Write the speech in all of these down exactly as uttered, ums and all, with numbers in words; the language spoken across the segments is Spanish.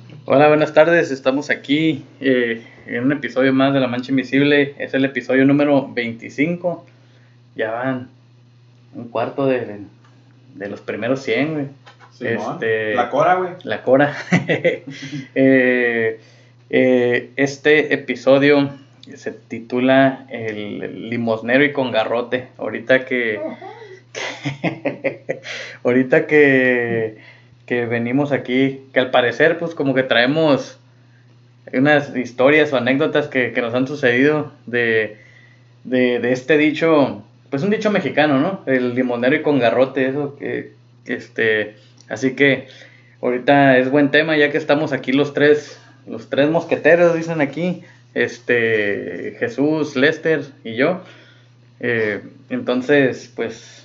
Hola, buenas tardes. Estamos aquí eh, en un episodio más de La Mancha Invisible. Es el episodio número veinticinco. Ya van un cuarto de, de los primeros cien, güey. Sí, este, la Cora, güey. La Cora. eh, eh, este episodio se titula El, el limosnero y con garrote. Ahorita que... que ahorita que... que venimos aquí, que al parecer pues como que traemos unas historias o anécdotas que, que nos han sucedido de, de, de este dicho, pues un dicho mexicano, ¿no? El limonero y con garrote, eso que, que este, así que ahorita es buen tema ya que estamos aquí los tres, los tres mosqueteros dicen aquí, este, Jesús, Lester y yo, eh, entonces pues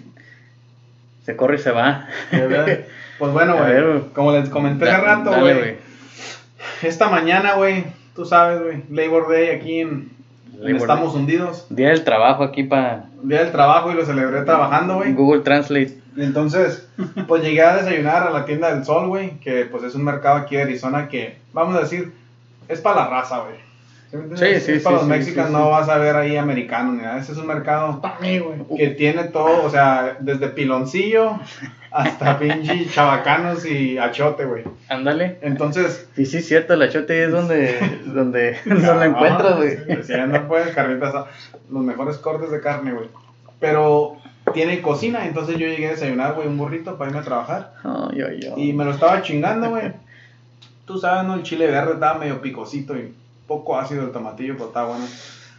se corre y se va. Pues bueno, güey, como les comenté hace rato, güey, esta mañana, güey, tú sabes, güey, Labor Day aquí en, en Estamos Day. Hundidos. Día del trabajo aquí para... Día del trabajo y lo celebré trabajando, güey. Google Translate. Entonces, pues llegué a desayunar a la tienda del Sol, güey, que pues es un mercado aquí de Arizona que, vamos a decir, es para la raza, güey. Sí, sí, es sí, para sí, los mexicanos, sí, sí. No vas a ver ahí americanos ni nada. Ese es un mercado para mí, güey, que tiene todo, o sea, desde piloncillo hasta pinche chavacanos y achote, güey. Ándale. Entonces, sí, sí, cierto, el achote es donde donde no lo encuentras, güey. Si ya no puedes carnitas, los mejores cortes de carne, güey. Pero tiene cocina, entonces yo llegué a desayunar, güey, un burrito para irme a trabajar. Ay, ay, ay. Y me lo estaba chingando, güey. Tú sabes, ¿no? El chile verde estaba medio picosito y poco ácido el tomatillo, pero estaba bueno.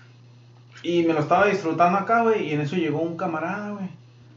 Y me lo estaba disfrutando acá, güey, y en eso llegó un camarada, güey.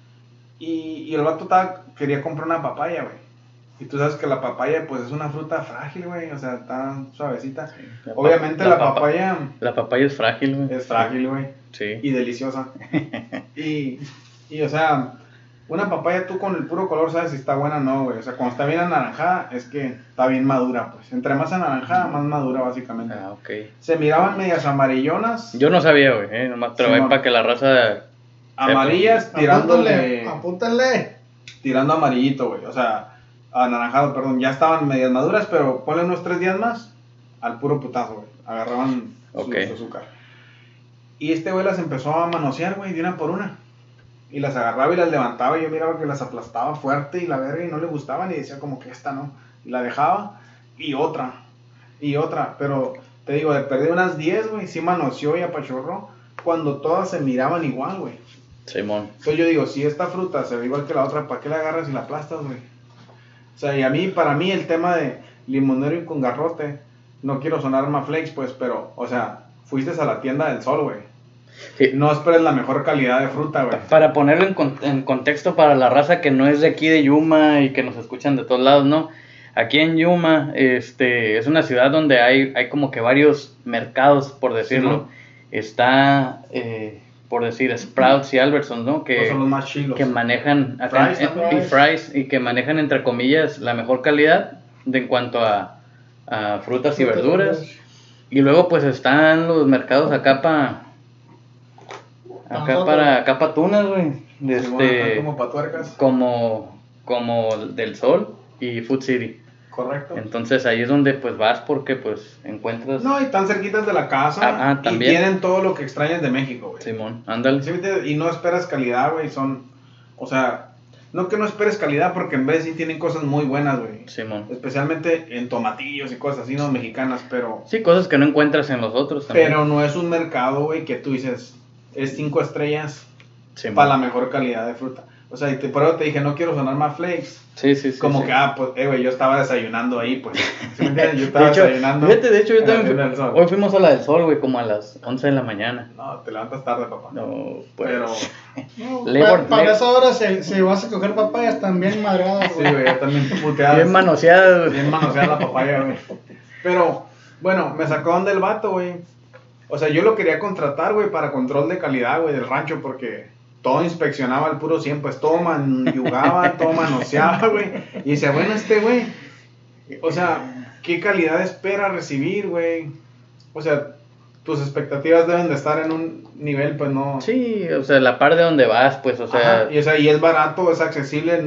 Y, y el vato estaba, quería comprar una papaya, güey. Y tú sabes que la papaya, pues, es una fruta frágil, güey, o sea, está suavecita. Sí, la Obviamente la, la papa, papaya... La papaya es frágil, güey. Es frágil, güey. Sí. Y deliciosa. y, y, o sea... Una papaya tú con el puro color sabes si está buena o no, güey. O sea, cuando está bien anaranjada es que está bien madura, pues. Entre más anaranjada, más madura, básicamente. Ah, ok. Se miraban medias amarillonas. Yo no sabía, güey, eh. Nomás trabajé sí, para que la raza... Amarillas, sepa. tirándole... Apúntale. Tirando amarillito, güey. O sea, anaranjado, perdón. Ya estaban medias maduras, pero ponle unos tres días más al puro putazo, güey. Agarraban okay. su, su azúcar. Y este güey las empezó a manosear, güey, de una por una. Y las agarraba y las levantaba y yo miraba que las aplastaba fuerte y la verga y no le gustaban y decía como que esta no. Y la dejaba y otra, y otra. Pero te digo, de perder unas diez, güey, sí manoseó y apachurró cuando todas se miraban igual, güey. Simón. Entonces yo digo, si esta fruta se ve igual que la otra, ¿para qué la agarras y la aplastas, güey? O sea, y a mí, para mí el tema de limonero y con garrote, no quiero sonar maflex, pues, pero, o sea, fuiste a la tienda del Sol, güey. Sí. No esperes la mejor calidad de fruta, güey. Para ponerlo en, con- en contexto para la raza que no es de aquí de Yuma y que nos escuchan de todos lados, ¿no? Aquí en Yuma, este, es una ciudad donde hay, hay como que varios mercados, por decirlo. Sí, ¿no? Está, eh, por decir, Sprouts y Albertsons, ¿no? Que, no son los más chilos. Que manejan, acá, Fry's, eh, y Fry's, y que manejan, entre comillas, la mejor calidad de, en cuanto a, a frutas y verduras. Y luego, pues, están los mercados acá para... Acá para, acá para tunas, güey. De sí, este, bueno, como para tuercas. Como, como Del Sol y Food City. Correcto. Entonces ahí es donde pues vas porque pues encuentras... No, y están cerquitas de la casa. Ah, ah, también. Y tienen todo lo que extrañas de México, güey. Simón, ándale. ¿Sí, y no esperas calidad, güey. Son, o sea, no que no esperes calidad porque en vez sí tienen cosas muy buenas, güey. Simón. Especialmente en tomatillos y cosas así, no mexicanas, pero... Sí, cosas que no encuentras en los otros también. Pero no es un mercado, güey, que tú dices... Es cinco estrellas sí, para la mejor calidad de fruta. O sea, y te, por eso te dije, no quiero sonar más flakes. Sí, sí, sí. Como sí. que, ah, pues, eh, güey, yo estaba desayunando ahí, pues. ¿Sí me entiendes? Yo estaba de hecho, desayunando. Fíjate, de hecho, yo también. Fui, hoy fuimos a la del Sol, güey, como a las once de la mañana. No, te levantas tarde, papá. No, pues. Pero. No, Labor, para, para esa hora, si, si vas a coger papayas, también madreadas, güey. Sí, güey, yo también puteadas. Bien manoseadas. Bien manoseada la papaya, güey. Pero, bueno, me sacaron del vato, güey. O sea, yo lo quería contratar, güey, para control de calidad, güey, del rancho, porque todo inspeccionaba al puro cien, pues todo manyugaba, todo manoseaba, güey. Y dice, bueno, este, güey, o sea, ¿qué calidad espera recibir, güey? O sea, tus expectativas deben de estar en un nivel, pues no... Sí, o sea, la par de donde vas, pues, o sea... Ajá, y, o sea, y es barato, es accesible,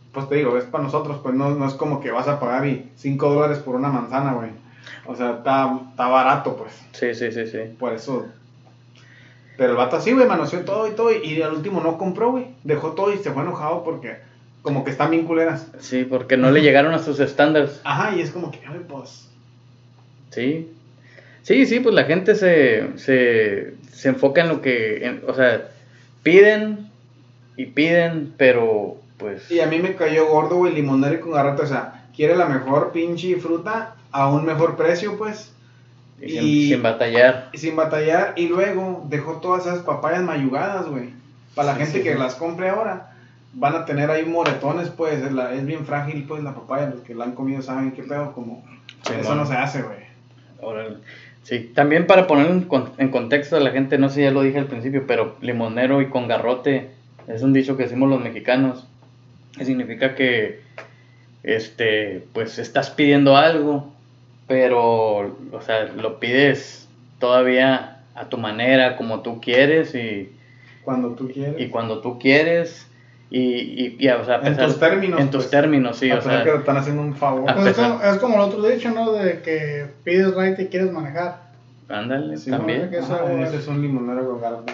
pues te digo, es para nosotros, pues no, no es como que vas a pagar y cinco dólares por una manzana, güey. O sea, está, está barato, pues. Sí, sí, sí, sí. Por eso. Pero el vato así, güey, manoseó todo y todo. Y al último no compró, güey. Dejó todo y se fue enojado porque como que están bien culeras. Sí, porque no le llegaron a sus estándares. Ajá, y es como que, ay, pues. Sí. Sí, sí, pues la gente se, se, se enfoca en lo que, en, o sea, piden y piden, pero pues... Y a mí me cayó gordo, güey, limonero con garrote, o sea, quiere la mejor pinche fruta a un mejor precio, pues. Y, y sin, sin batallar. Sin batallar, y luego dejó todas esas papayas mayugadas, güey. Para la sí, gente sí, que sí. las compre ahora, van a tener ahí moretones, pues, es, la, es bien frágil, pues, la papaya, los que la han comido saben qué pedo, como, sí, eso bueno. no se hace, güey. Órale. Sí, también para poner en, en contexto a la gente, no sé si ya lo dije al principio, pero limonero y con garrote es un dicho que decimos los mexicanos, que significa que este, pues estás pidiendo algo, pero o sea, lo pides todavía a tu manera, como tú quieres y cuando tú quieres. Y cuando tú quieres y, y, y o sea, en pesar, tus términos. En tus pues, términos, sí, a o sea, que te están haciendo un favor. Pues es, como, es como el otro dicho, ¿no? De que pides right y quieres manejar. Ándale, sí, también. Que eso, ah, ese es un limonero con garrote.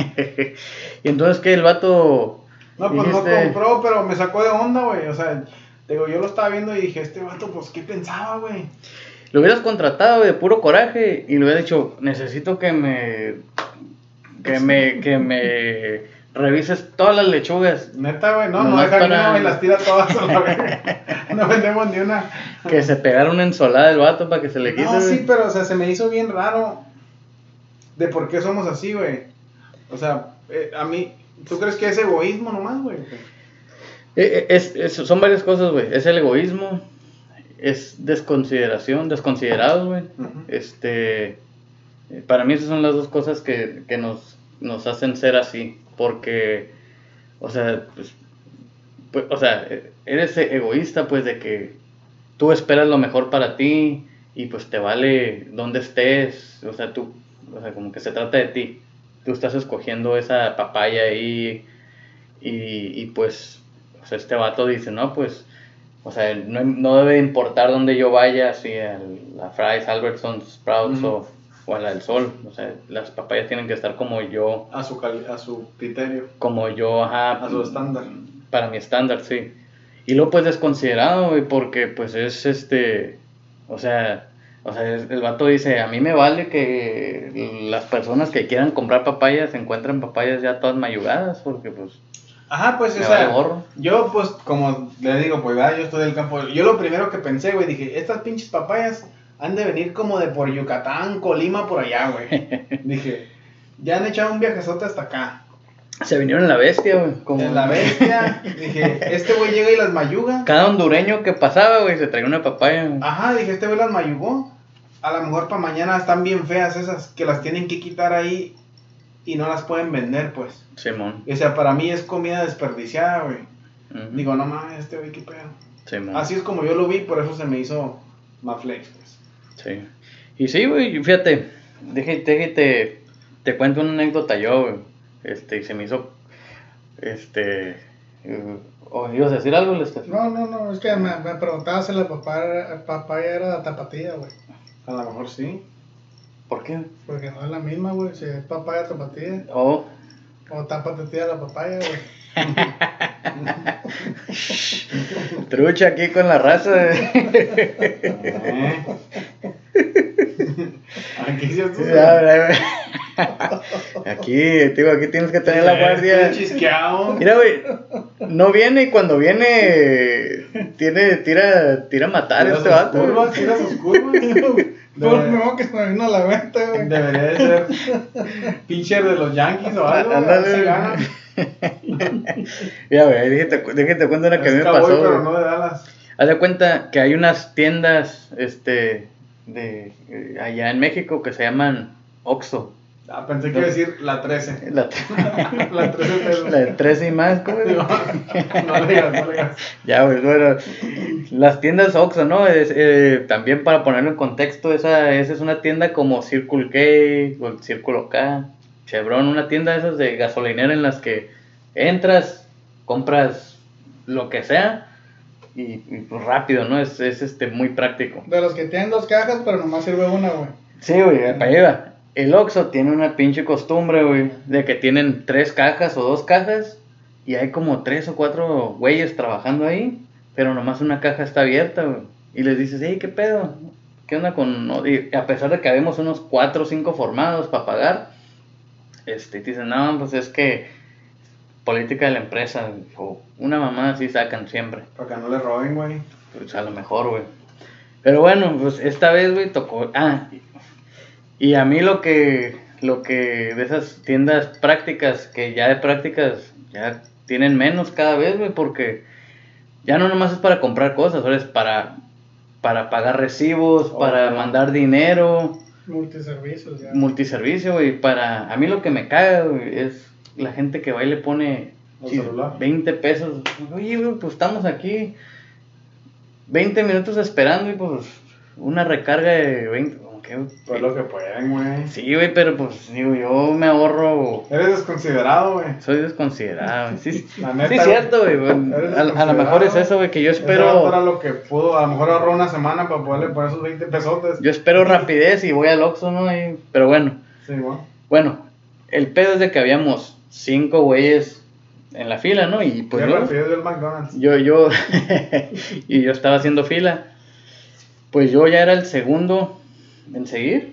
Y entonces, ¿qué? El vato... No, pues dijiste... no compró, pero me sacó de onda, güey. O sea, digo, yo lo estaba viendo y dije, este vato, pues, ¿qué pensaba, güey? Lo hubieras contratado de puro coraje y le hubieras dicho, necesito que me... Que me... Que me... revises todas las lechugas. Neta, güey, no, no, no deja para... ni una, güey, las tira todas a la vez. No vendemos ni una. Que se pegara una ensolada del vato para que se le quite. No, sí, pero, o sea, se me hizo bien raro de por qué somos así, güey. O sea, eh, a mí, ¿tú crees que es egoísmo nomás, güey? Eh, es, es, son varias cosas, güey. Es el egoísmo, es desconsideración, desconsiderados, güey. Uh-huh. Este, para mí esas son las dos cosas que, que nos, nos hacen ser así. Porque, o sea, pues, pues, o sea, eres egoísta, pues, de que tú esperas lo mejor para ti y, pues, te vale donde estés, o sea, tú, o sea, como que se trata de ti. Tú estás escogiendo esa papaya ahí y, y pues, o sea, este vato dice, no, pues, o sea, no, no debe importar dónde yo vaya, si a la Fry's, Albertsons, Sprouts, mm. o... o a la del sol, o sea, las papayas tienen que estar como yo... A su, cali- a su criterio. Como yo, ajá... A su estándar. Para mi estándar, sí. Y luego pues desconsiderado, güey, porque pues es este... O sea, o sea es, el vato dice, a mí me vale que las personas que quieran comprar papayas encuentren papayas ya todas mayugadas, porque pues... Ajá, pues, o sea, vale yo pues, como le digo, pues, ¿verdad? Yo estoy del campo, yo lo primero que pensé, güey, dije, estas pinches papayas... han de venir como de por Yucatán, Colima, por allá, güey. Dije, ya han echado un viajezote hasta acá. Se vinieron en la bestia, güey. Como... En la bestia. Dije, este güey llega y las mayuga. Cada hondureño que pasaba, güey, se traía una papaya. Güey. Ajá, dije, este güey las mayugó. A lo mejor para mañana están bien feas esas, que las tienen que quitar ahí y no las pueden vender, pues. Simón. O sea, para mí es comida desperdiciada, güey. Uh-huh. Digo, no mames, este güey, qué pedo. Simón. Así es como yo lo vi, por eso se me hizo más flex, pues. Sí. Y sí, güey, fíjate, déjate, déjate, te cuento una anécdota yo, güey. Este, y se me hizo, este, ¿o ibas a decir algo, Lester? No, no, no, es que me, me preguntaba si la papaya, papaya era tapatía, güey. A lo mejor sí. ¿Por qué? Porque no es la misma, güey, si es papaya tapatía. Oh. O tapatía la papaya, güey. Trucha aquí con la raza. Aquí sí es tú. Aquí, tío, aquí tienes que tener la guardia. Chisqueado. Mira, güey, no viene y cuando viene tiene tira tira a matar a este vato. Curvas, tira sus curvas. Por mismo que se me vino a la mente, güey. Debería de ser pitcher de los Yankees o algo. Ándale. Mira, güey, déjate, déjate cuenta una que a mí me pasó. Voy, pero no de Dallas. Haz de cuenta que hay unas tiendas, este, de eh, allá en México que se llaman Oxxo. Ah, pensé que iba a decir la trece. La, la trece pesos. La trece y más, ¿cómo es? No, no le digas, no le digas. Ya, pues, bueno, las tiendas Oxxo, ¿no? Es, eh, también para ponerlo en contexto, esa, esa es una tienda como Circle K o el Círculo K, Chevron, una tienda de esas de gasolinera en las que entras, compras lo que sea. Y, y pues rápido, ¿no? Es, es este muy práctico. De los que tienen dos cajas, pero nomás sirve una, güey. Sí, güey, para allá. El Oxxo tiene una pinche costumbre, güey, de que tienen tres cajas o dos cajas y hay como tres o cuatro güeyes trabajando ahí, pero nomás una caja está abierta, güey. Y les dices, hey, ¿qué pedo? ¿Qué onda con...? No? Y a pesar de que habemos unos cuatro o cinco formados para pagar, este, te dicen, no, pues es que política de la empresa, o una mamá así sacan siempre. Para que no le roben, güey. Pues a lo mejor, güey. Pero bueno, pues esta vez, güey, tocó... Ah, y a mí lo que, lo que de esas tiendas prácticas, que ya de prácticas ya tienen menos cada vez, güey, porque ya no nomás es para comprar cosas, ahora es para, para pagar recibos, oh, para okay. mandar dinero. Multiservicios, ya. Multiservicio, güey, para... A mí lo que me caga, güey, es la gente que va y le pone sí, veinte pesos. Oye, güey, pues estamos aquí veinte minutos esperando y pues una recarga de veinte... Pues lo que pueden, güey. Sí, güey, pero pues digo, yo me ahorro. Eres desconsiderado, güey. Soy desconsiderado, sí. La neta, sí, es cierto, güey. A, a lo mejor es eso, güey, que yo espero. Era lo que pudo, a lo mejor ahorró una semana para poderle poner esos veinte pesotes. Yo espero rapidez y voy al Oxxo, ¿no? Y, pero bueno. Sí, bueno. Bueno, el pedo es de que habíamos cinco güeyes en la fila, ¿no? Y pues. Yo, del McDonald's. yo, yo. Y yo estaba haciendo fila. Pues yo ya era el segundo en seguir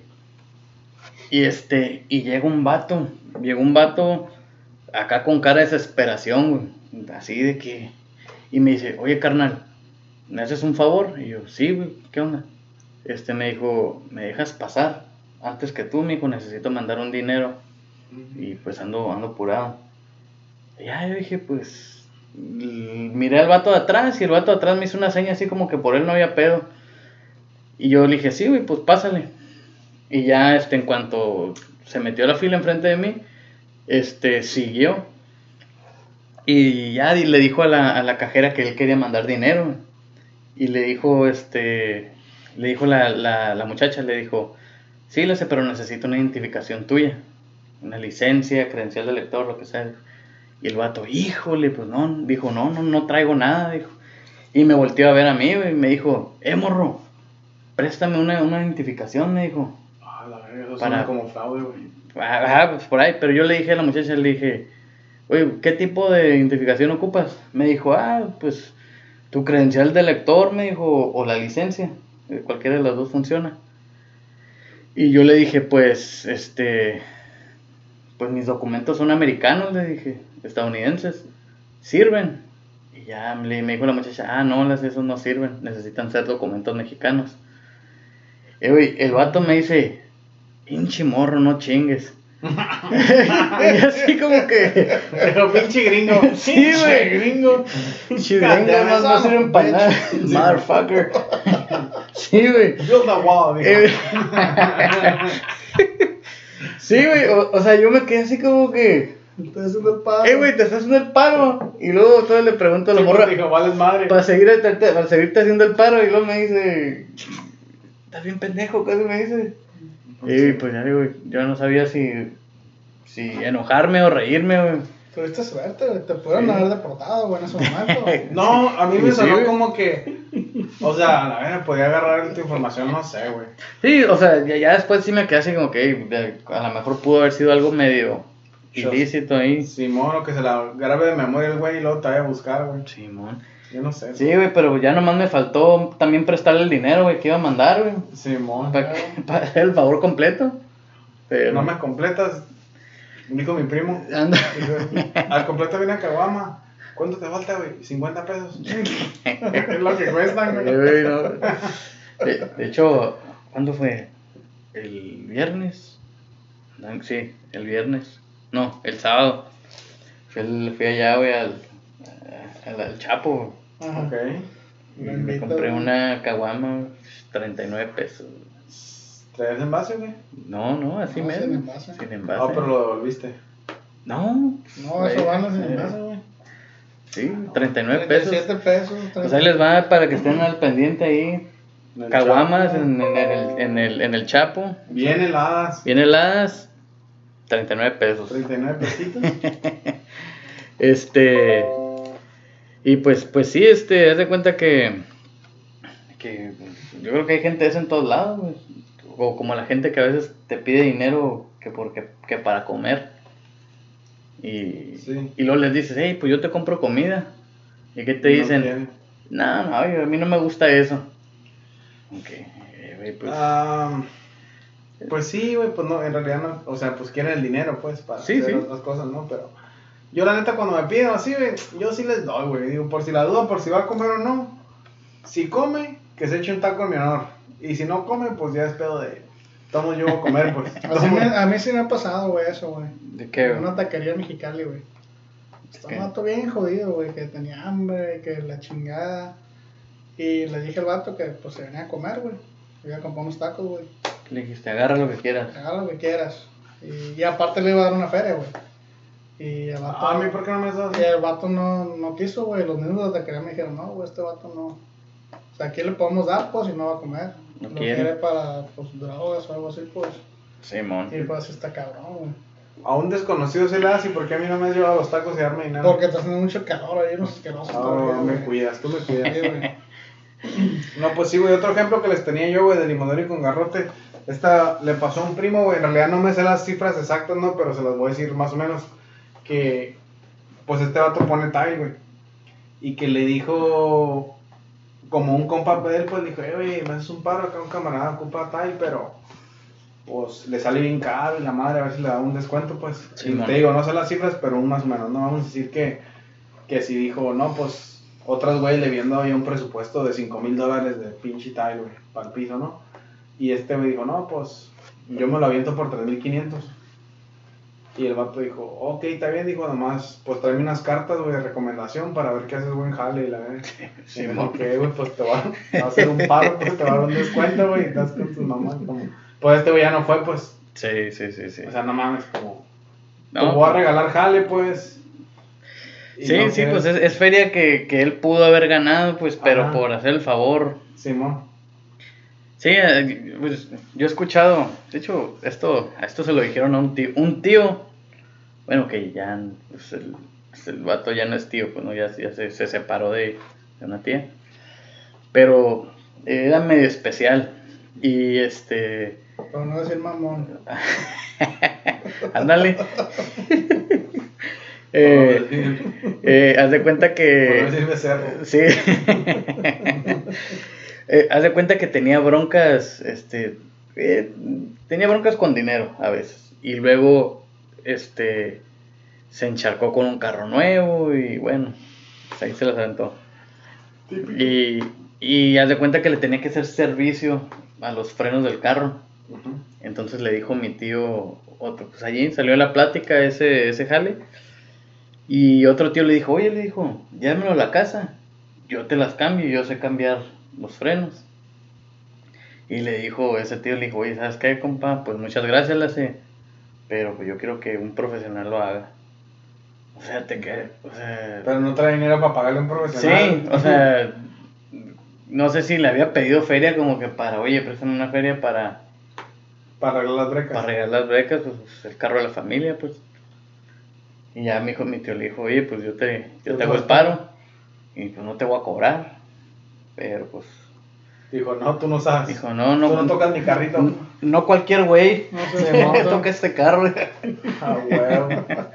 y este y llega un vato llegó un vato acá con cara de desesperación, güey, así de que y me dice, oye carnal, ¿me haces un favor? Y yo, sí, güey, ¿qué onda? Este me dijo, ¿me dejas pasar? Antes que tú, mijo, necesito mandar un dinero y pues ando ando apurado. Y ya yo dije, pues miré al vato de atrás y el vato de atrás me hizo una seña así como que por él no había pedo. Y yo le dije, sí, güey, pues pásale. Y ya, este, en cuanto se metió a la fila enfrente de mí, este, siguió. Y ya le dijo a la, a la cajera que él quería mandar dinero. Y le dijo, este, le dijo la, la, la muchacha, le dijo, sí, le sé, pero necesito una identificación tuya. Una licencia, credencial de lector, lo que sea. Y el vato, híjole, pues no, dijo, no, no, no traigo nada, dijo. Y me volteó a ver a mí, y me dijo, eh, morro, préstame una, una identificación, me dijo. Ah, la verga, eso para... suena como fraude, güey. Ajá, pues por ahí, pero yo le dije a la muchacha, le dije, oye, ¿qué tipo de identificación ocupas? Me dijo, ah, pues, tu credencial de lector, me dijo, o la licencia, cualquiera de las dos funciona. Y yo le dije, pues, este, pues mis documentos son americanos, le dije, estadounidenses, ¿sirven? Y ya me dijo la muchacha, ah, no, las esos no sirven, necesitan ser documentos mexicanos. Y güey, el vato me dice, pinche morro, no chingues. Y así como que... Pero pinche gringo. Sí, güey. Gringo. Pinche gringo, no, no sirven para nada. Motherfucker. Sí, güey. Build a wall, digo. Sí, güey, o, o sea, yo me quedé así como que... Te estás haciendo el paro. Eh, güey, te estás haciendo el paro. Y luego todo le pregunto a la sí, morra... Dijo, vales madre. Para, seguir, para seguirte haciendo el paro. Y luego me dice... Estás bien pendejo, casi me dice. Y pues ya digo, yo no sabía si, si enojarme o reírme, güey. Tuviste suerte, güey. Te pudieron sí. haber deportado, güey, en ese momento. No, a mí me sí, sonó sí, como que... O sea, a la vez podía agarrar tu información, no sé, güey. Sí, o sea, ya, ya después sí me quedé así como que a lo mejor pudo haber sido algo medio ilícito ahí. Simón, o que se la grabe de memoria el güey y luego te vaya a buscar, güey. Simón. Yo no sé. Sí, güey, pero ya nomás me faltó también prestarle el dinero, güey, que iba a mandar, güey. Simón. Para pa hacer el favor completo. Pero... No me completas, dijo mi primo. Anda. Al completo viene a Caguama. ¿Cuánto te falta, güey? cincuenta pesos. Es lo que cuestan, güey. Sí, no. de, de hecho, ¿cuándo fue? ¿El viernes? No, sí, el viernes. No, el sábado. Fui, fui allá, güey, al... Al, al Chapo. Ajá. Ok. Me, me compré una caguama, treinta y nueve pesos. ¿Traes envase, güey? No, no, así no, medio. Sin envase. Sin envase. Ah, pero lo devolviste. No. No, eso van sin envase, güey. Sí, treinta y nueve pesos. treinta y siete pesos. Pues ahí les va para que estén al pendiente ahí. Caguamas en, en, el, en, el, en el Chapo. Bien heladas. Bien heladas. treinta y nueve pesos. treinta y nueve pesitos. Este... Y pues, pues sí, este, haz de cuenta que, que pues, yo creo que hay gente de eso en todos lados, pues. O como la gente que a veces te pide dinero que, porque, que para comer. Y, sí. y luego les dices, hey, pues yo te compro comida. ¿Y qué te no dicen? No, no, a mí no me gusta eso. Ok, eh, pues... Um, pues sí, güey, pues no, en realidad no, o sea, pues quieren el dinero, pues, para sí, hacer sí. las cosas, ¿no? Pero yo la neta cuando me piden así, güey, yo sí les doy, güey. Digo, por si la duda, por si va a comer o no. Si come, que se eche un taco en mi honor. Y si no come, pues ya es pedo de... Estamos yo a comer, pues. Así me, a mí sí me ha pasado, güey, eso, güey. ¿De qué, güey? Una taquería en Mexicali, güey. Estaba un vato bien jodido, güey, que tenía hambre, que la chingada. Y le dije al vato que, pues, se venía a comer, güey. Iba a comprar unos tacos, güey. Le dijiste, agarra lo que quieras. Agarra lo que quieras. Y, y aparte le iba a dar una feria, güey. Y el vato... Ah, ¿a mí por qué no me das? Y el vato no, no quiso, güey. Los niños de la taquería me dijeron, no, güey, este vato no... O sea, aquí le podemos dar, pues, y no va a comer. No lo quiere. quiere para, pues, drogas o algo así, pues. Sí, mon. Y pues está cabrón, güey. A un desconocido se le das, ¿y por qué a mí no me has llevado los tacos y darme ni nada? Porque está haciendo mucho calor ahí, unos asquerosos. No, todavía, me güey. cuidas, tú me cuidas. Sí, güey. No, pues sí, güey, otro ejemplo que les tenía yo, güey, de limonero con garrote. Esta le pasó a un primo, güey, en realidad no me sé las cifras exactas, ¿no? Pero se las voy a decir más o menos. Que, pues este vato pone tile, güey. Y que le dijo... Como un compa de él, pues dijo, eh, güey, me haces un paro acá, un camarada ocupa tal, pero pues le sale bien caro y la madre a ver si le da un descuento, pues. Sí, y man. Te digo, no sé las cifras, pero un más o menos, no vamos a decir que, que si dijo, no, pues otras güey le habían dado ya un presupuesto de cinco mil dólares de pinche tal, güey, para el piso, ¿no? Y este güey dijo, no, pues yo me lo aviento por tres mil quinientos. Y el vato dijo, ok, está bien, dijo, nomás, pues tráeme unas cartas, güey, de recomendación para ver qué haces buen jale y la verdad. Sí, y ok, güey, pues te va, te va a hacer un paro, pues te va a dar un descuento, güey, y estás con tus mamás, como, pues este güey ya no fue, pues. Sí, sí, sí, sí. O sea, no mames, como, no, te voy a regalar jale, pues. Sí, no sí, quieres... pues es, es feria que, que él pudo haber ganado, pues, pero ajá, por hacer el favor. Simón. Sí, pues yo he escuchado, de hecho, esto, a esto se lo dijeron a un tío, un tío, bueno, que ya, pues el, el vato ya no es tío, pues no, ya, ya se, se separó de, de una tía, pero era medio especial, y este... Pero no decir mamón. Ándale. eh, eh, haz de cuenta que... Por no decir becerro. Sí. Eh, haz de cuenta que tenía broncas, este, eh, tenía broncas con dinero a veces, y luego, este, se encharcó con un carro nuevo, y bueno, pues ahí se las aventó. Y, y haz de cuenta que le tenía que hacer servicio a los frenos del carro, uh-huh. Entonces le dijo mi tío, otro, pues allí salió la plática ese, ese jale, y otro tío le dijo, oye, le dijo, llévamelo a la casa, yo te las cambio, yo sé cambiar los frenos. Y le dijo, ese tío le dijo, oye, ¿sabes qué, compa? Pues muchas gracias, la sé, pero pues yo quiero que un profesional lo haga. O sea, te que, o sea... Pero no trae dinero para pagarle a un profesional. Sí, o sea, no sé si le había pedido feria como que para, oye, préstame una feria para... Para arreglar las brecas. Para arreglar las brecas, pues el carro de la familia, pues. Y ya mi hijo, mi tío le dijo, oye, pues yo te, yo te hago el paro y pues no te voy a cobrar. Pero pues... Dijo, no, tú no sabes. Dijo, no, no. Tú no tocas mi carrito. No, no cualquier güey no se no, toca este carro. Ah, huevo.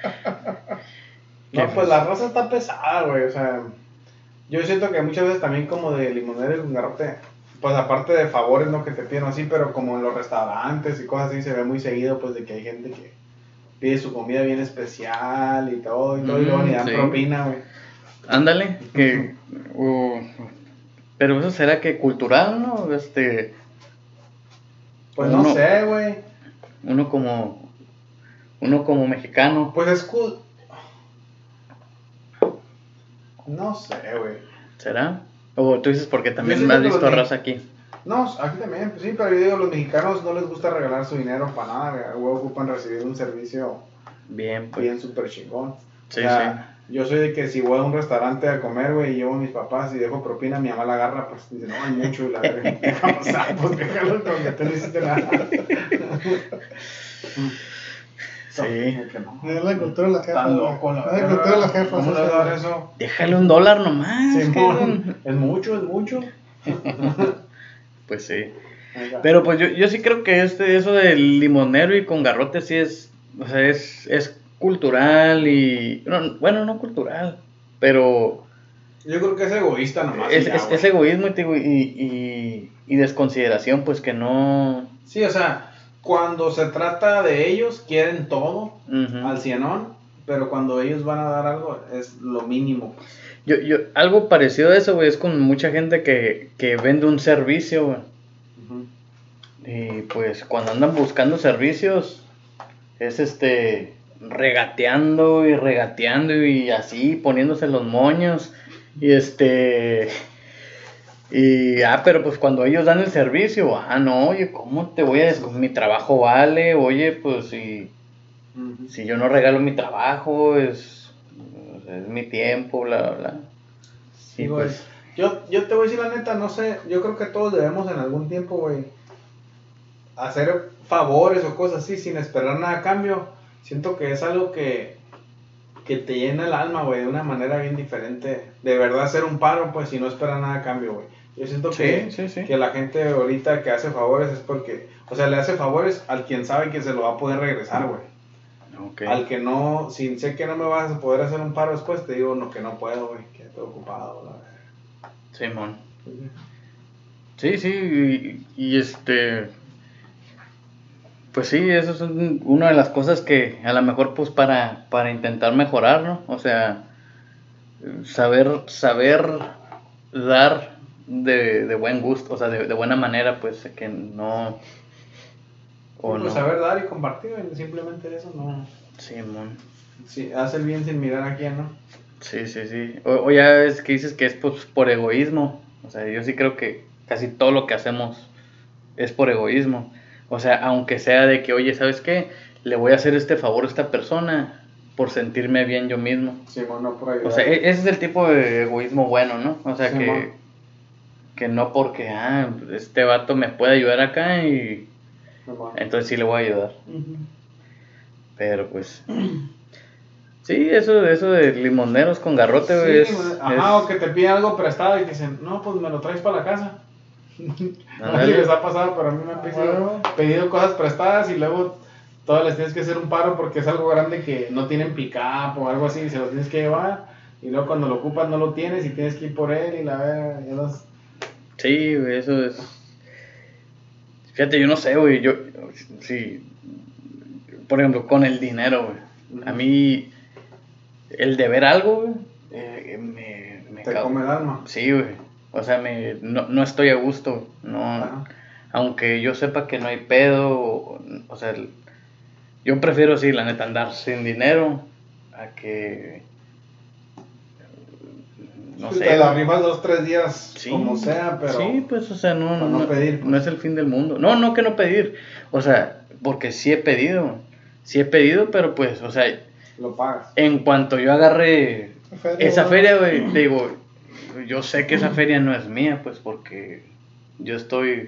No, pues la raza está pesada, güey. O sea, yo siento que muchas veces también como de limonero y un garrote, pues aparte de favores, ¿no? Que te piden así, pero como en los restaurantes y cosas así se ve muy seguido, pues de que hay gente que pide su comida bien especial y todo, y todo, mm, y luego ni dan sí. propina, güey. Ándale, que... Uh, pero eso será que cultural, ¿no? Este... Pues uno, no sé, güey. Uno como... Uno como mexicano. Pues es cool. No sé, güey. ¿Será? O tú dices porque también me has visto raza aquí. No, aquí también, pues sí, pero yo digo, los mexicanos no les gusta regalar su dinero para nada, güey, ocupan recibir un servicio bien, pues. Bien súper chingón. Sí, o sea, sí. Yo soy de que si voy a un restaurante a comer, güey, y llevo a mis papás y dejo propina, mi mamá la agarra, pues dice, no, hay mucho, y la verga, o sea, pues déjalo con que tú no hiciste nada. Sí. Que no. Es la cultura de la jefa. Tan güey. loco, la Es la cultura de la jefa. ¿Cómo sí, le vas sí, a dar güey. eso? Déjale un dólar nomás. Simón, cabrón. es mucho, es mucho. Pues sí. Venga. Pero pues yo, yo sí creo que este, eso del limonero y con garrote sí es, o sea, es, es cultural y, no, bueno, no cultural, pero Yo creo que es egoísta nomás. es, y ya, es, güey. es egoísmo y, te digo, y, y, y desconsideración, pues que no... Sí, o sea, cuando se trata de ellos, quieren todo Ujú. al cienón, pero cuando ellos van a dar algo, es lo mínimo. Pues. Yo, yo, algo parecido a eso, güey, es con mucha gente que, que vende un servicio, güey. Ujú. Y pues cuando andan buscando servicios, es este regateando y regateando y así poniéndose los moños. Y este. Y ah, pero pues cuando ellos dan el servicio, ah, no, oye, ¿cómo te voy a des- mi trabajo vale? Oye, pues si, Ujú. si yo no regalo mi trabajo, es, es mi tiempo, bla, bla, bla. Sí, Y güey. pues, Yo, yo te voy a decir la neta, no sé, yo creo que todos debemos en algún tiempo, güey, hacer favores o cosas así sin esperar nada a cambio. Siento que es algo que, que te llena el alma, güey, de una manera bien diferente. De verdad hacer un paro, pues, si no esperar nada a cambio, güey. Yo siento Sí, que, sí, sí. que la gente ahorita que hace favores es porque, o sea, le hace favores al quien sabe que se lo va a poder regresar, güey. ok. Al que no, si sé que no me vas a poder hacer un paro después, te digo, no, que no puedo, güey, que estoy ocupado, la verdad. Simón. Sí, sí, y, y este, pues sí, eso es un- una de las cosas que a lo mejor pues para, para intentar mejorar, ¿no? O sea, saber, saber dar de, de buen gusto, o sea, de, de buena manera, pues que no, o Pues no. saber dar y compartir, güey, simplemente eso, no. Simón. Sí, hace el bien sin mirar a quién, ¿no? Sí, sí, sí. O, o ya ves que dices que es pues, por egoísmo. O sea, yo sí creo que casi todo lo que hacemos es por egoísmo. O sea, aunque sea de que, oye, ¿sabes qué? Le voy a hacer este favor a esta persona por sentirme bien yo mismo. Sí, bueno, no por ayudar. O sea, e- ese es el tipo de egoísmo bueno, ¿no? O sea, Sí, que, mon. que no porque, ah, este vato me puede ayudar acá y Sí, bueno. entonces sí le voy a ayudar. Ujú. Pero pues... Sí, eso, eso de limoneros con garrote, güey, es... Sí, güey. es- Ajá, o que te piden algo prestado y te dicen, no, pues me lo traes para la casa. No sé si Ándale. les ha pasado, pero a mí me han pedido, pedido cosas prestadas y luego todas les tienes que hacer un paro porque es algo grande que no tienen pick-up o algo así y se los tienes que llevar. Y luego cuando lo ocupas no lo tienes y tienes que ir por él y la verga, ya los... Sí, güey, eso es... Fíjate, yo no sé, güey, yo... Sí, por ejemplo, con el dinero, güey. A mí, el deber algo, güey, eh, me... me Te cau- come el alma. Sí, güey. O sea, me, no, no estoy a gusto, no... Ajá. Aunque yo sepa que no hay pedo, o, o sea, el- yo prefiero, sí, la neta, andar sin dinero a que... No Sí, sé. te la güey. rifas dos, tres días Sí, como sea, pero... sí, pues, o sea, no, para no, no no- pedir, pues. no es el fin del mundo. No, no que no pedir. O sea, porque sí he pedido. Sí he pedido, pero pues, o sea, Lo pagas. en cuanto yo agarre Feria, esa güey. feria, güey, te digo, yo sé que esa feria no es mía, pues, porque yo estoy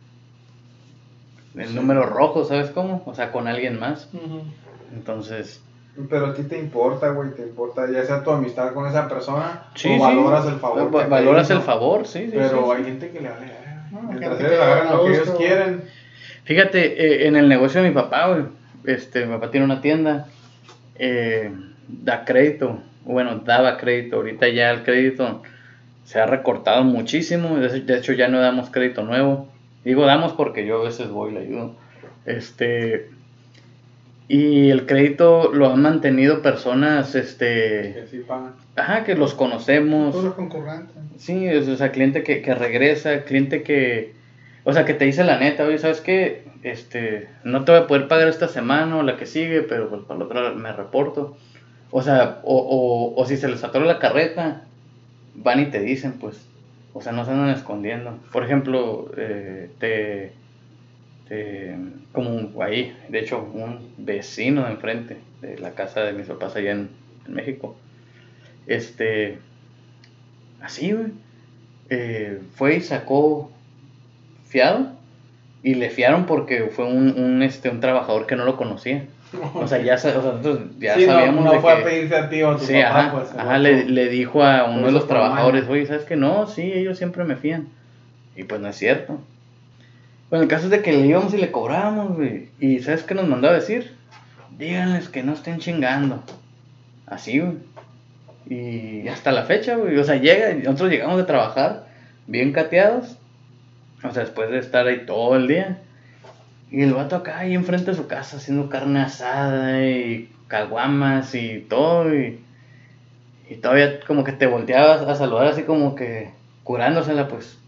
en Sí. número rojo, ¿sabes cómo? O sea, con alguien más. Ujú. Entonces, Pero a ti te importa, güey, te importa ya sea tu amistad con esa persona sí, o sí. valoras el favor. Va- que te Valoras hizo. el favor, sí, sí. Pero sí, hay sí. gente que le vale. verga. No, Mientras gente ellos que agarran a lo que ellos gusto. quieren. Fíjate, eh, en el negocio de mi papá, güey, este, mi papá tiene una tienda, eh, da crédito, bueno, daba crédito, ahorita ya el crédito se ha recortado muchísimo, de de hecho ya no damos crédito nuevo, digo damos porque yo a veces voy y le ayudo, este, y el crédito lo han mantenido personas, este, Que sí pagan. ajá, que los conocemos, Todos los concurrentes. sí, es, o sea, cliente que, que regresa, cliente que, o sea, que te dice la neta, oye, ¿sabes qué? Este, no te voy a poder pagar esta semana o la que sigue, pero pues para la otra me reporto. O sea, o, o, o si se les atora la carreta, van y te dicen, pues, o sea, no se andan escondiendo. Por ejemplo, eh, te, te, como ahí, de hecho, un vecino de enfrente de la casa de mis papás allá en, en México, este, así, güey, eh, fue y sacó fiado y le fiaron porque fue un, un, este, un trabajador que no lo conocía. O sea, ya, sa- o sea, nosotros ya sí, sabíamos no, no de fue que... a pedirte a ti o a tu Sí, papá, ajá, pues. el ajá, vato. le, le dijo a uno Lo de hizo los por trabajadores, maña. oye, ¿sabes qué? No, sí, ellos siempre me fían. Y pues no es cierto. Bueno, el caso es de que le íbamos y le cobrábamos, güey. Y ¿sabes qué nos mandó a decir? Díganles que no estén chingando. Así, güey. Y hasta la fecha, güey. O sea, llega, nosotros llegamos de trabajar bien cateados. O sea, después de estar ahí todo el día. Y el vato acá ahí enfrente de su casa haciendo carne asada y caguamas y todo. Y, y todavía como que te volteabas a saludar así como que curándosela, pues.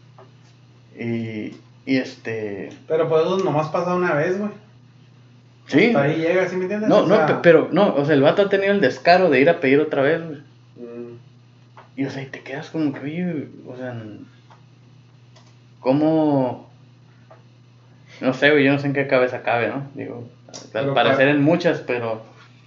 Y, y este... Pero pues eso nomás pasa una vez, güey. Sí. Hasta ahí llega, ¿sí me entiendes? No, O no, sea, pe- pero no, o sea, el vato ha tenido el descaro de ir a pedir otra vez, güey. mm, Y o sea, y te quedas como que, oye, o sea, ¿cómo? No sé, güey, yo no sé en qué cabeza cabe, ¿no? Digo, al Pero parecer para- en muchas, pero...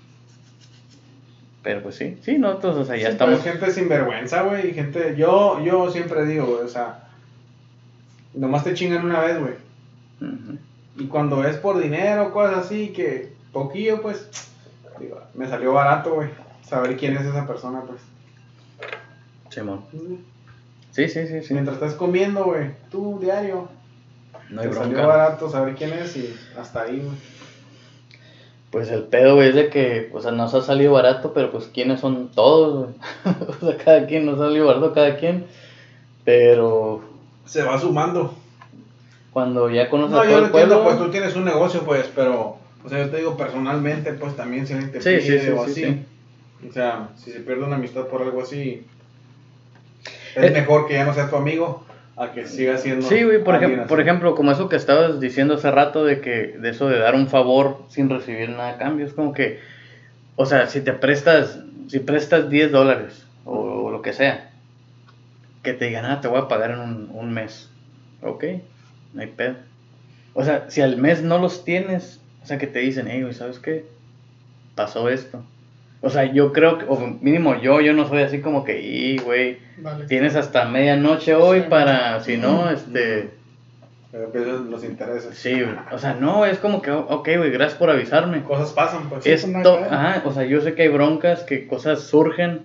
Pero pues sí, sí, nosotros, o sea, ya sí, estamos... pero es gente sinvergüenza, güey. y Gente, yo, yo siempre digo, güey, o sea, nomás te chingan una vez, güey. Ujú. Y cuando es por dinero, cosas así, que poquillo, pues, digo, me salió barato, güey, saber quién es esa persona, pues. Simón. Sí, sí, sí, sí. Mientras estás comiendo, güey, tú diario, No hay te salió bronca. barato saber quién es y hasta ahí, güey. Pues el pedo, güey, es de que, o sea, nos ha salido barato, pero pues quiénes son todos, güey. O sea, cada quien nos ha salido barato, cada quien. Pero Se va sumando. cuando ya conoces No, a yo todo lo el pueblo... entiendo, pues tú tienes un negocio, pues, pero, o sea, yo te digo personalmente, pues también si alguien te Sí, pide sí, sí, o sí, así. sí. O sea, si se pierde una amistad por algo así, es Eh, mejor que ya no sea tu amigo a que siga siendo. Sí, güey, por, alguien ejem- así. por ejemplo, como eso que estabas diciendo hace rato de que de eso de dar un favor sin recibir nada a cambio, es como que, o sea, si te prestas, si prestas diez dólares o, o lo que sea, que te digan, ah, te voy a pagar en un, un mes, ok, no hay pedo. O sea, si al mes no los tienes, o sea, que te dicen, hey, güey, ¿sabes qué? Pasó esto. O sea, yo creo que, o mínimo yo, yo no soy así como que, y, güey, Vale. tienes hasta medianoche hoy Sí. para, si no, este... Pero pierdes los intereses. Sí, güey. O sea, no, es como que, ok, güey, gracias por avisarme. Cosas pasan, pues. Esto, pues, no hay pedo. ajá, o sea, yo sé que hay broncas, que cosas surgen,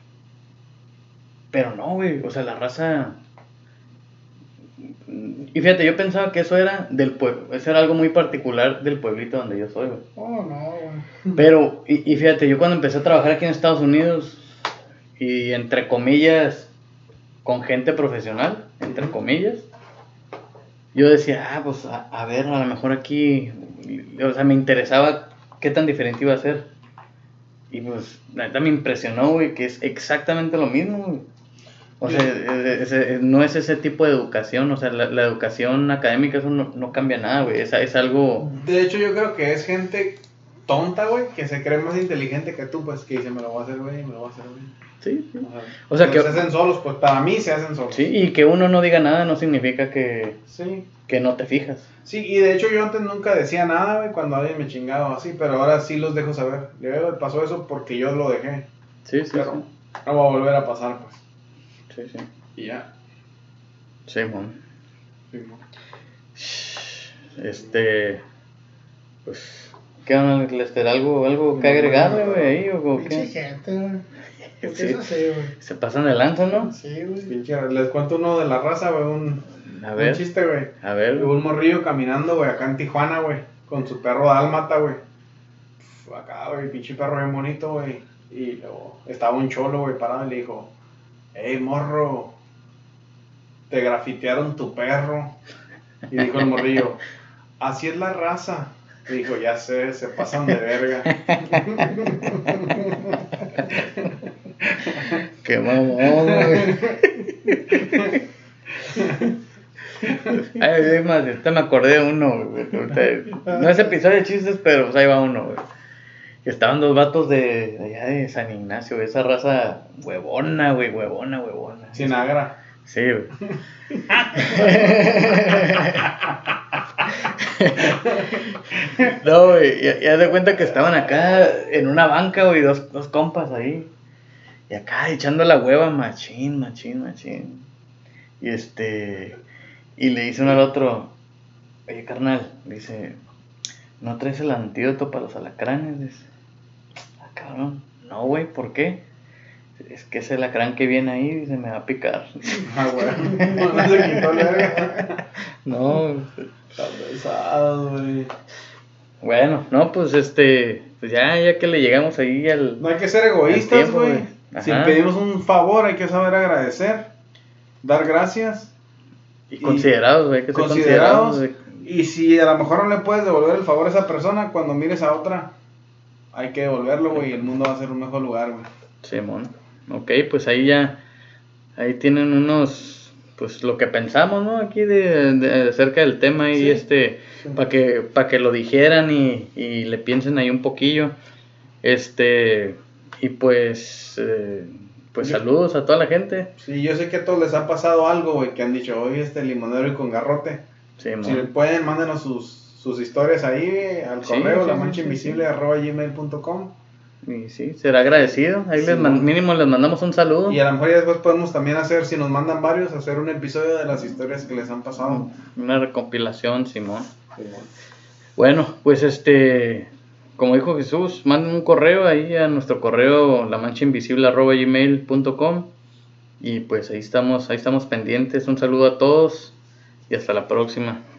pero no, güey, o sea, la raza... Y fíjate, yo pensaba que eso era del pueblo, eso era algo muy particular del pueblito donde yo soy, güey. Oh, no, güey. Pero, y, y fíjate, yo cuando empecé a trabajar aquí en Estados Unidos, y entre comillas, con gente profesional, entre comillas, yo decía, ah, pues a, a ver, a lo mejor aquí, o sea, me interesaba qué tan diferente iba a ser. Y pues, la neta me impresionó, güey, que es exactamente lo mismo, güey. O sea, es- es- no es ese tipo de educación, o sea, la, la educación académica, eso no, no cambia nada, güey, es, es algo... De hecho, yo creo que es gente tonta, güey, que se cree más inteligente que tú, pues, que dice, me lo voy a hacer, güey, me lo voy a hacer, güey. Sí, sí. O sea, O sea, pero que- se hacen solos, pues, para mí se hacen solos. Sí, y que uno no diga nada no significa que, Sí. que no te fijas. Sí, y de hecho yo antes nunca decía nada, güey, cuando alguien me chingaba o así, pero ahora sí los dejo saber. Luego pasó eso porque yo lo dejé, Sí, sí, pero no va a volver a pasar, pues. sí. Sí, sí. Y ya. Sí, mon. Sí, ¿no? Este... Pues... ¿Qué onda, Lester? ¿Algo, algo que agregarle, güey, ahí o o Pinche qué? gente, güey. ¿Por qué Sí. es así, güey? Se pasan de lanza, ¿no? Sí, güey. Pinche, les cuento uno de la raza, güey, un, A un ver, chiste, güey. a ver. Hubo un morrillo caminando, güey, acá en Tijuana, güey, con su perro dálmata, güey. Pf, Acá, güey, pinche perro bien bonito, güey. Y luego estaba un cholo, güey, parado y le dijo, hey, morro, te grafitearon tu perro. Y dijo el morrillo, así es la raza. Y dijo, ya sé, se pasan de verga. Qué mamón, güey. Ay, es más, ahorita me acordé de uno, güey. Ahorita- No es episodio de chistes, pero pues ahí va uno, güey. Que estaban dos vatos de, de allá de San Ignacio, güey, esa raza huevona, güey, huevona, huevona. Sinagra. Sí, güey. No, güey, ya, ya de cuenta que estaban acá en una banca, güey, dos, dos compas ahí. Y acá echando la hueva, machín, machín, machín. Y este, y le dice uno al otro, oye, carnal, le dice, ¿no traes el antídoto para los alacranes? Dice, ah, cabrón, no, güey, ¿por qué? Es que ese alacrán que viene ahí se me va a picar. Ah, güey. No se quitó la verga. No, Está pesado, güey. bueno, no, pues este, pues ya, ya que le llegamos ahí al... No hay que ser egoístas, tiempo, güey. güey. Si Ajá. pedimos un favor, hay que saber agradecer, dar gracias. Y considerados, güey, hay que ser considerados. considerados. Y si a lo mejor no le puedes devolver el favor a esa persona, cuando mires a otra, hay que devolverlo, güey, y el mundo va a ser un mejor lugar, güey. Simón. Ok, pues ahí ya, ahí tienen unos, pues lo que pensamos, ¿no? Aquí de, de acerca del tema y Sí. este, Sí. para que, para que lo dijeran y, y le piensen ahí un poquillo. Este, y pues, eh, pues Yo- saludos a toda la gente. Sí, yo sé que a todos les ha pasado algo, güey, que han dicho, oye, este limonero y con garrote. Simón. Si pueden, mándenos sus, sus historias ahí eh, al Sí, correo, sí, la sí, mancha sí, invisible sí. arroba gmail punto com. Y sí, será agradecido. Ahí Sí, les man- ¿no? mínimo les mandamos un saludo. Y a lo mejor ya después podemos también hacer, si nos mandan varios, hacer un episodio de las historias que les han pasado. Una recompilación, Simón. Bueno, pues este, como dijo Jesús, manden un correo ahí a nuestro correo la mancha invisible arroba gmail punto com y pues ahí estamos, ahí estamos pendientes. Un saludo a todos y hasta la próxima.